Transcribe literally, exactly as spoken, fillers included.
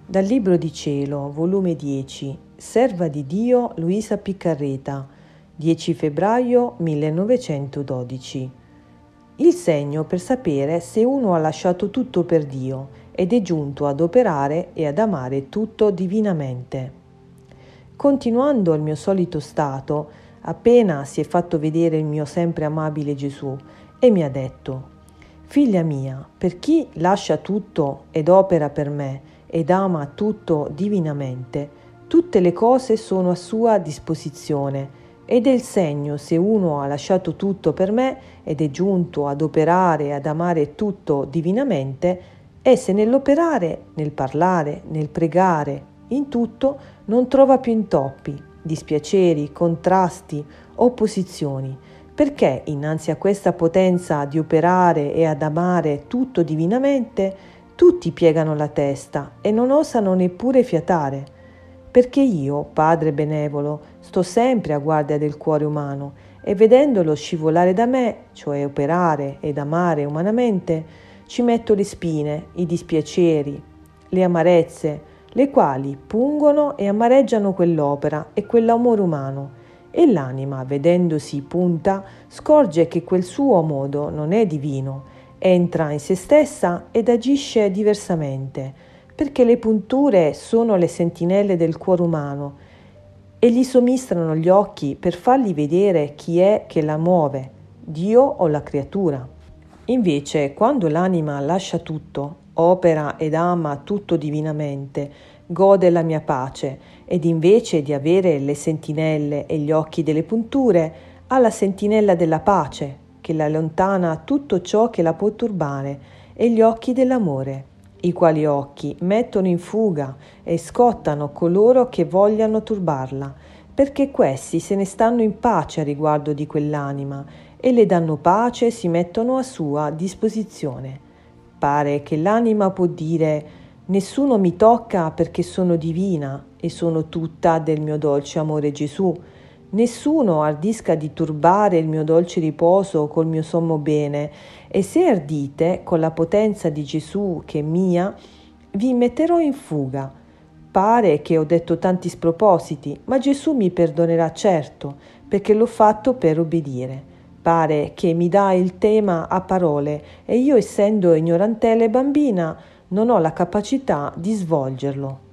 Dal Libro di Cielo, volume dieci, Serva di Dio Luisa Piccarreta, dieci febbraio millenovecentododici. Il segno per sapere se uno ha lasciato tutto per Dio ed è giunto ad operare e ad amare tutto divinamente. Continuando il mio solito stato, appena si è fatto vedere il mio sempre amabile Gesù e mi ha detto: «Figlia mia, per chi lascia tutto ed opera per me ed ama tutto divinamente, tutte le cose sono a sua disposizione, ed è il segno se uno ha lasciato tutto per me ed è giunto ad operare e ad amare tutto divinamente, e se nell'operare, nel parlare, nel pregare, in tutto non trova più intoppi, dispiaceri, contrasti, opposizioni, perché innanzi a questa potenza di operare e ad amare tutto divinamente tutti piegano la testa e non osano neppure fiatare, perché io, Padre benevolo, sto sempre a guardia del cuore umano e vedendolo scivolare da me, cioè operare ed amare umanamente, ci metto le spine, i dispiaceri, le amarezze, le quali pungono e amareggiano quell'opera e quell'amore umano, e l'anima, vedendosi punta, scorge che quel suo modo non è divino, entra in se stessa ed agisce diversamente, perché le punture sono le sentinelle del cuore umano e gli sommistrano gli occhi per fargli vedere chi è che la muove, Dio o la creatura. Invece, quando l'anima lascia tutto, opera ed ama tutto divinamente, gode la mia pace, ed invece di avere le sentinelle e gli occhi delle punture, ha la sentinella della pace, che la allontana tutto ciò che la può turbare, e gli occhi dell'amore, i quali occhi mettono in fuga e scottano coloro che vogliano turbarla, perché questi se ne stanno in pace a riguardo di quell'anima e le danno pace e si mettono a sua disposizione. Pare che l'anima può dire: nessuno mi tocca perché sono divina e sono tutta del mio dolce amore Gesù. Nessuno ardisca di turbare il mio dolce riposo col mio sommo bene, e se ardite, con la potenza di Gesù che è mia, vi metterò in fuga. Pare che ho detto tanti spropositi, ma Gesù mi perdonerà certo, perché l'ho fatto per obbedire. Pare che mi dà il tema a parole, e io, essendo ignorantella e bambina, non ho la capacità di svolgerlo.